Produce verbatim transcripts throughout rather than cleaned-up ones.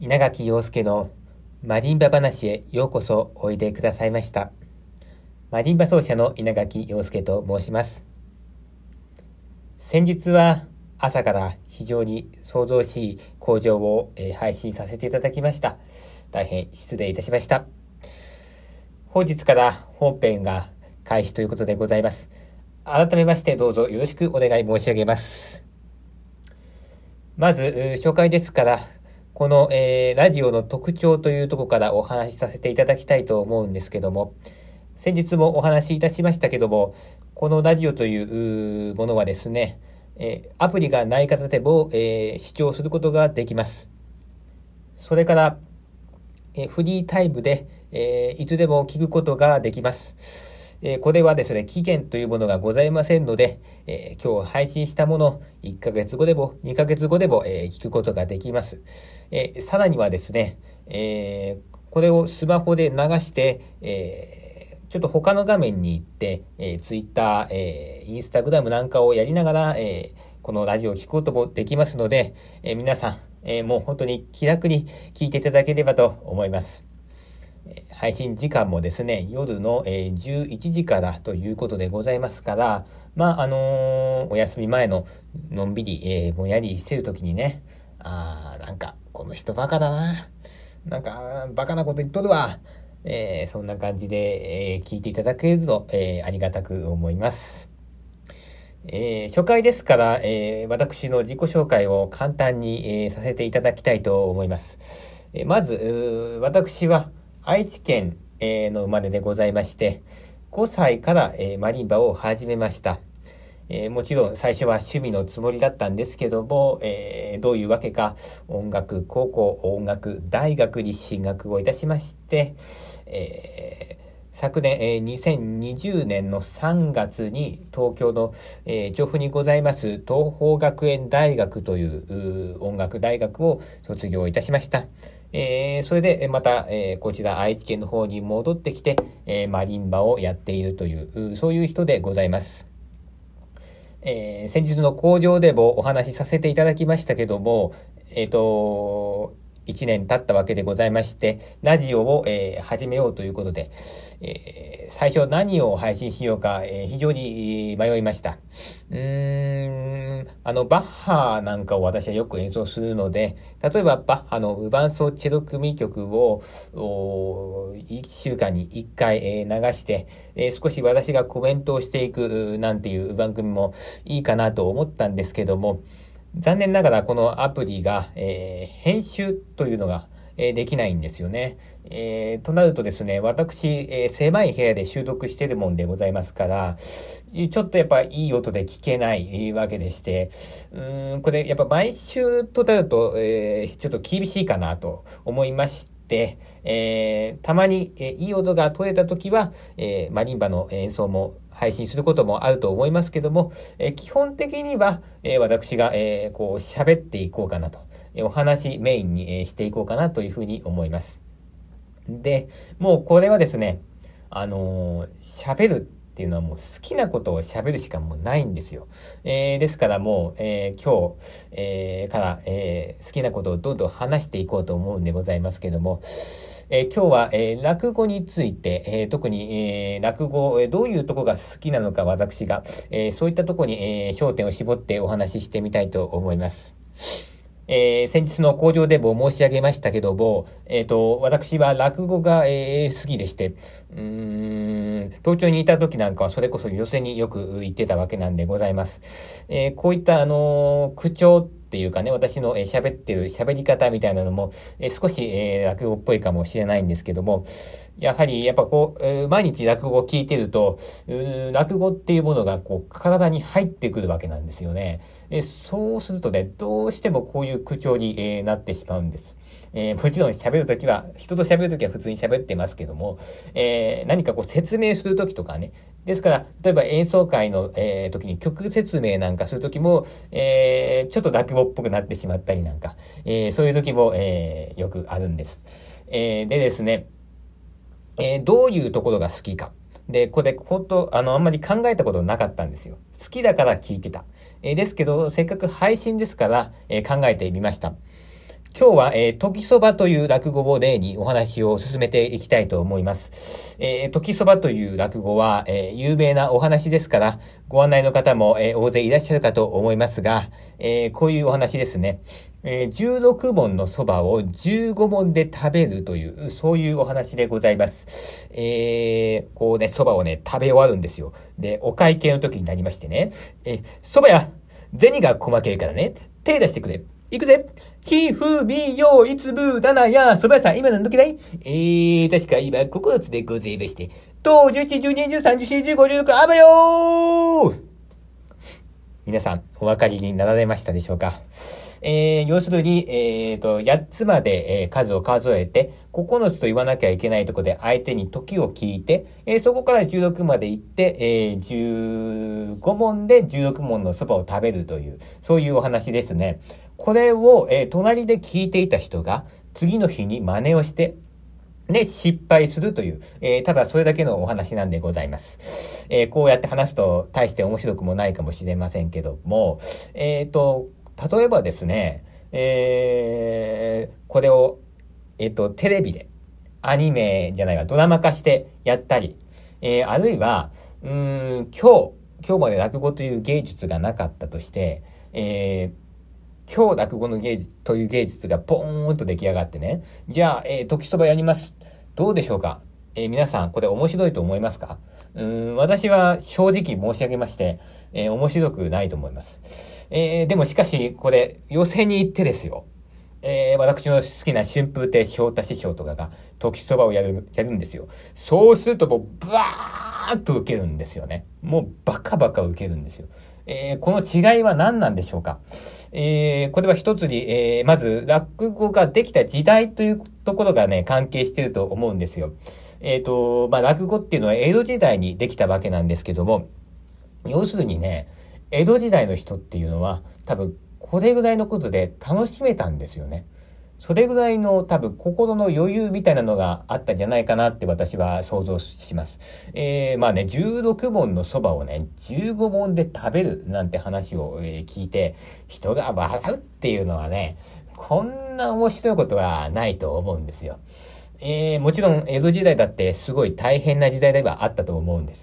稲垣陽介のマリンバ話へようこそおいでくださいました。マリンバ奏者の稲垣陽介と申します。先日は朝から非常に騒々しい口上を配信させていただきました。大変失礼いたしました。本日から本編が開始ということでございます。改めましてどうぞよろしくお願い申し上げます。まず紹介ですから、この、えー、ラジオの特徴というところからお話しさせていただきたいと思うんですけども、先日もお話しいたしましたけども、このラジオというものはですね、えー、アプリがない方でも、えー、視聴することができます。それから、えー、フリータイムで、えー、いつでも聞くことができます。えー、これはですね、期限というものがございませんので、えー、今日配信したもの、いっかげつごでもにかげつごでも、えー、聞くことができます。えー、さらにはですね、えー、これをスマホで流して、えー、ちょっと他の画面に行って、えー、Twitter、えー、Instagram なんかをやりながら、えー、このラジオを聞くこともできますので、えー、皆さん、えー、もう本当に気楽に聞いていただければと思います。配信時間もですね、夜のじゅういちじからということでございますから、まあ、あのー、お休み前ののんびり、えー、ぼんやりしてるときにね、あー、なんか、この人バカだな。なんか、バカなこと言っとるわ。えー、そんな感じで、えー、聞いていただけると、えー、ありがたく思います。えー、初回ですから、えー、私の自己紹介を簡単に、えー、させていただきたいと思います。えー、まず、私は、愛知県の生まれでございまして、ごさいからマリンバを始めました。えー、もちろん最初は趣味のつもりだったんですけども、えー、どういうわけか音楽高校、音楽大学に進学をいたしまして、えー、昨年、えー、にせんにじゅうねんのさんがつに東京の、えー、調布にございます東邦学園大学という音楽大学を卒業いたしました。えー、それでまた、えー、こちら愛知県の方に戻ってきて、えー、マリンバをやっているという、そういう人でございます。えー、先日の講場でもお話しさせていただきましたけども、えっと、いちねん経ったわけでございまして、ラジオを、えー、始めようということで、えー、最初何を配信しようか、えー、非常に迷いました。うーん、あの、バッハなんかを私はよく演奏するので、例えばバッハの無伴奏チェロ組曲を、いっしゅうかんにいっかい、えー、流して、えー、少し私がコメントをしていくなんていう番組もいいかなと思ったんですけども、残念ながらこのアプリが、えー、編集というのが、えー、できないんですよね。えー、となるとですね、私、えー、狭い部屋で収録しているもんでございますから、ちょっとやっぱいい音で聞けないわけでして、うーん、これやっぱ毎週となると、えー、ちょっと厳しいかなと思いまして、で、えー、たまに、えー、いい音が取れたときは、えー、マリンバの演奏も配信することもあると思いますけども、えー、基本的には、えー、私が、えー、こう喋っていこうかなと、えー、お話メインに、えー、していこうかなというふうに思います。で、もうこれはですね、あのー、喋るっていうのはもう好きなことを喋るしかもうないんですよ。えー、ですからもう、えー、今日、えー、から、えー、好きなことをどんどん話していこうと思うんでございますけども、えー、今日は、えー、落語について、えー、特に、えー、落語、えー、どういうとこが好きなのか私が、えー、そういったとこに、えー、焦点を絞ってお話ししてみたいと思います。えー、先日の講場でも申し上げましたけども、えっと、私は落語が、えー、好きでして、うーん、東京にいた時なんかはそれこそ寄席によく行ってたわけなんでございます。えー、こういった、あのー、口調っていうかね、私の喋、えー、ってる喋り方みたいなのも、えー、少し、えー、落語っぽいかもしれないんですけども、やはり、やっぱこう、えー、毎日落語を聞いてると、落語っていうものがこう、体に入ってくるわけなんですよね。えー、そうするとね、どうしてもこういう口調に、えー、なってしまうんです。えー、もちろん喋るときは、人と喋るときは普通に喋ってますけども、えー、何かこう説明するときとかね。ですから、例えば演奏会の、えー、時に曲説明なんかするときも、えー、ちょっと落語っぽくなってしまったりなんか、えー、そういうときも、えー、よくあるんです。えー、でですね、えー、どういうところが好きか。で、これ、本当あの、あんまり考えたことなかったんですよ。好きだから聞いてた。えー、ですけど、せっかく配信ですから、えー、考えてみました。 今日は、えー、時そばという落語を例にお話を進めていきたいと思います。えー、時そばという落語は、えー、有名なお話ですから、ご案内の方も、えー、大勢いらっしゃるかと思いますが、えー、こういうお話ですね。えー、じゅうろくもんのそばをじゅうごもんで食べるという、そういうお話でございます。えー、こうね、そばをね、食べ終わるんですよ。で、お会計の時になりましてね、えー、そばや、銭が細けるからね、手出してくれ。行くぜ。ひふみよいつぶだなや、そば屋さん、今何時だい？えー、確か今ここつでございまして。と、じゅういち、じゅうに、じゅうさん、じゅうよん、じゅうご、じゅうろく、あばよー！皆さん、お分かりになられましたでしょうか？えー、要するに、えーと、やっつまで、えー、数を数えて、ここのつと言わなきゃいけないところで相手に時を聞いて、えー、そこからじゅうろくまで行って、えー、じゅうごもんでじゅうろくもんのそばを食べるという、そういうお話ですね。これを、えー、隣で聞いていた人が、次の日に真似をして、で、失敗するという、えー、ただそれだけのお話なんでございます。えー、こうやって話すと大して面白くもないかもしれませんけども、えーと、例えばですね、えー、これを、えっと、テレビで、アニメじゃないわ、ドラマ化してやったり、えー、あるいは、うーん、今日、今日まで落語という芸術がなかったとして、えー、今日落語の芸術という芸術がポーンと出来上がってね。じゃあ、えー、時そばやります。どうでしょうか？えー、皆さん、これ面白いと思いますか？うーん、私は正直申し上げまして、えー、面白くないと思います。えー、でもしかし、これ、予選に行ってですよ。えー、私の好きな春風亭昇太師匠とかが、時そばをやる、やるんですよ。そうするともう、ブワーッと受けるんですよね。もう、バカバカ受けるんですよ。えー、この違いは何なんでしょうか？えー、これは一つに、えー、まず、落語ができた時代というところがね、関係していると思うんですよ。えっと、まあ、落語っていうのは江戸時代にできたわけなんですけども、要するにね、江戸時代の人っていうのは、多分、これぐらいのことで楽しめたんですよね。それぐらいの多分心の余裕みたいなのがあったんじゃないかなって私は想像します。えー、まあね、じゅうろくもんのそばをね、じゅうごもんで食べるなんて話を、えー、聞いて、人が笑うっていうのはね、こんな面白いことはないと思うんですよ。えー、もちろん江戸時代だってすごい大変な時代ではあったと思うんです。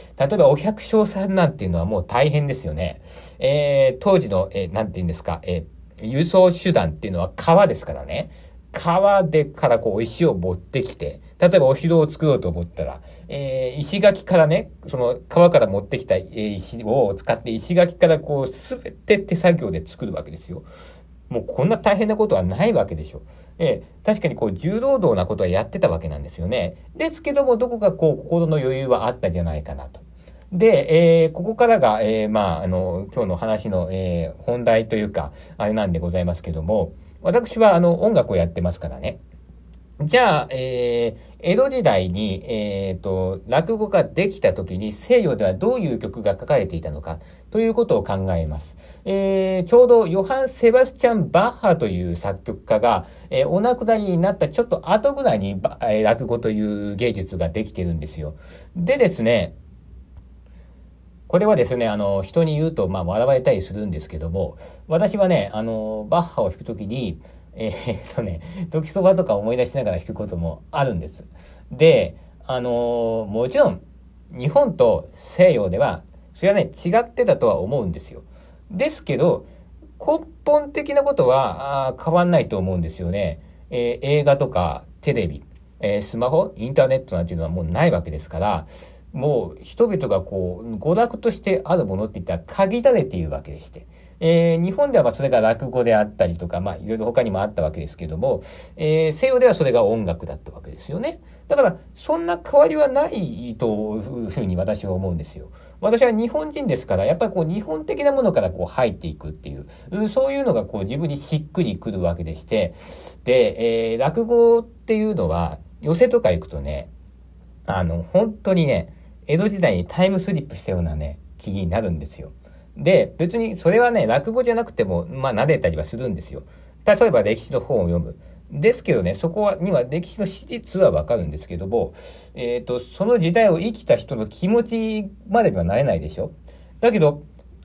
例えばお百姓さんなんていうのはもう大変ですよね。えー、当時の、えー、なんて言うんですか、えー、輸送手段っていうのは川ですからね。川でからこう石を持ってきて、例えばお城を作ろうと思ったら、えー、石垣からね、その川から持ってきた、えー、石を使って石垣からこうすべて手作業で作るわけですよ。もうこんな大変なことはないわけでしょ。ええ、確かにこう重労働なことはやってたわけなんですよね。ですけども、どこかこう心の余裕はあったんじゃないかなと。で、えー、ここからが、えー、まあ、あの、今日の話の、えー、本題というか、あれなんでございますけども、私はあの、音楽をやってますからね。じゃあ、えー、江戸時代に、えっと、落語ができた時に西洋ではどういう曲が書かれていたのかということを考えます。えー、ちょうどヨハン・セバスチャン・バッハという作曲家が、えー、お亡くなりになったちょっと後ぐらいに、えー、落語という芸術ができてるんですよ。でですね、これはですね、あの、人に言うと、まあ、笑われたりするんですけども、私はね、あの、バッハを弾くときに、えー、っとね、時そばとか思い出しながら弾くこともあるんです。で、あの、もちろん、日本と西洋では、それはね、違ってたとは思うんですよ。ですけど、根本的なことはあ変わんないと思うんですよね。えー、映画とかテレビ、えー、スマホ、インターネットなんていうのはもうないわけですから、もう人々がこう、娯楽としてあるものって言ったら限られているわけでして。えー、日本ではまあそれが落語であったりとか、まあいろいろ他にもあったわけですけども、えー、西洋ではそれが音楽だったわけですよね。だから、そんな変わりはないというふうに私は思うんですよ。私は日本人ですから、やっぱりこう日本的なものからこう入っていくっていう、そういうのがこう自分にしっくりくるわけでして、で、えー、落語っていうのは、寄席とか行くとね、あの、本当にね、江戸時代にタイムスリップしたようなね、気になるんですよ。で、別にそれはね、落語じゃなくても、まあ、撫でたりはするんですよ。例えば歴史の本を読む。ですけどね、そこはには歴史の史実はわかるんですけども、えっと、その時代を生きた人の気持ちまでにはなれないでしょ。だけど、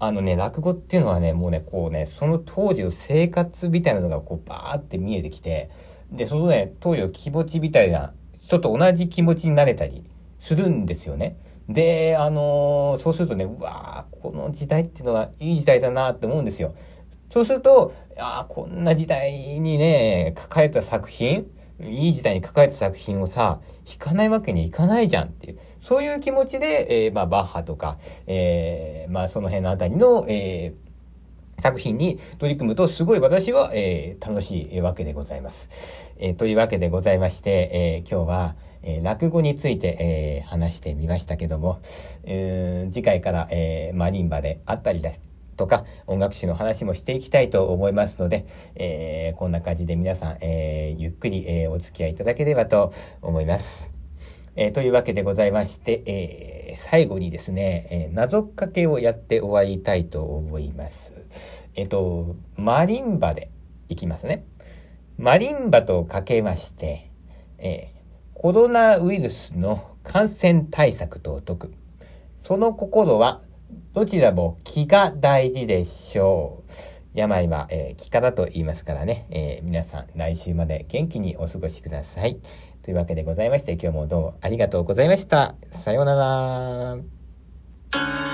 あのね、落語っていうのはね、もうね、こうね、その当時の生活みたいなのがこうバーって見えてきて、で、そのね、当時の気持ちみたいな、人と同じ気持ちになれたりするんですよね。で、あのーそうするとね、うわー、この時代っていうのはいい時代だなって思うんですよ。そうすると、ああ、こんな時代にね、書かれた作品、いい時代に書かれた作品をさ、弾かないわけにいかないじゃんっていう、そういう気持ちで、えー、まあ、バッハとか、えー、まあ、その辺のあたりの、えー、作品に取り組むと、すごい私は、えー、楽しいわけでございます。えー、というわけでございまして、えー、今日は、えー、落語について、えー、話してみましたけども、えー、次回から、えー、マリンバであったりだとか、音楽史の話もしていきたいと思いますので、えー、こんな感じで皆さん、えー、ゆっくり、えー、お付き合いいただければと思います。えー、というわけでございまして、えー、最後にですね、えー、謎かけをやって終わりたいと思います。えっと、マリンバでいきますね。マリンバとかけまして、えー、コロナウイルスの感染対策と解く。その心は、どちらも気が大事でしょう。病は、えー、気からと言いますからね、えー、皆さん来週まで元気にお過ごしください。というわけでございまして、今日もどうもありがとうございました。さようなら。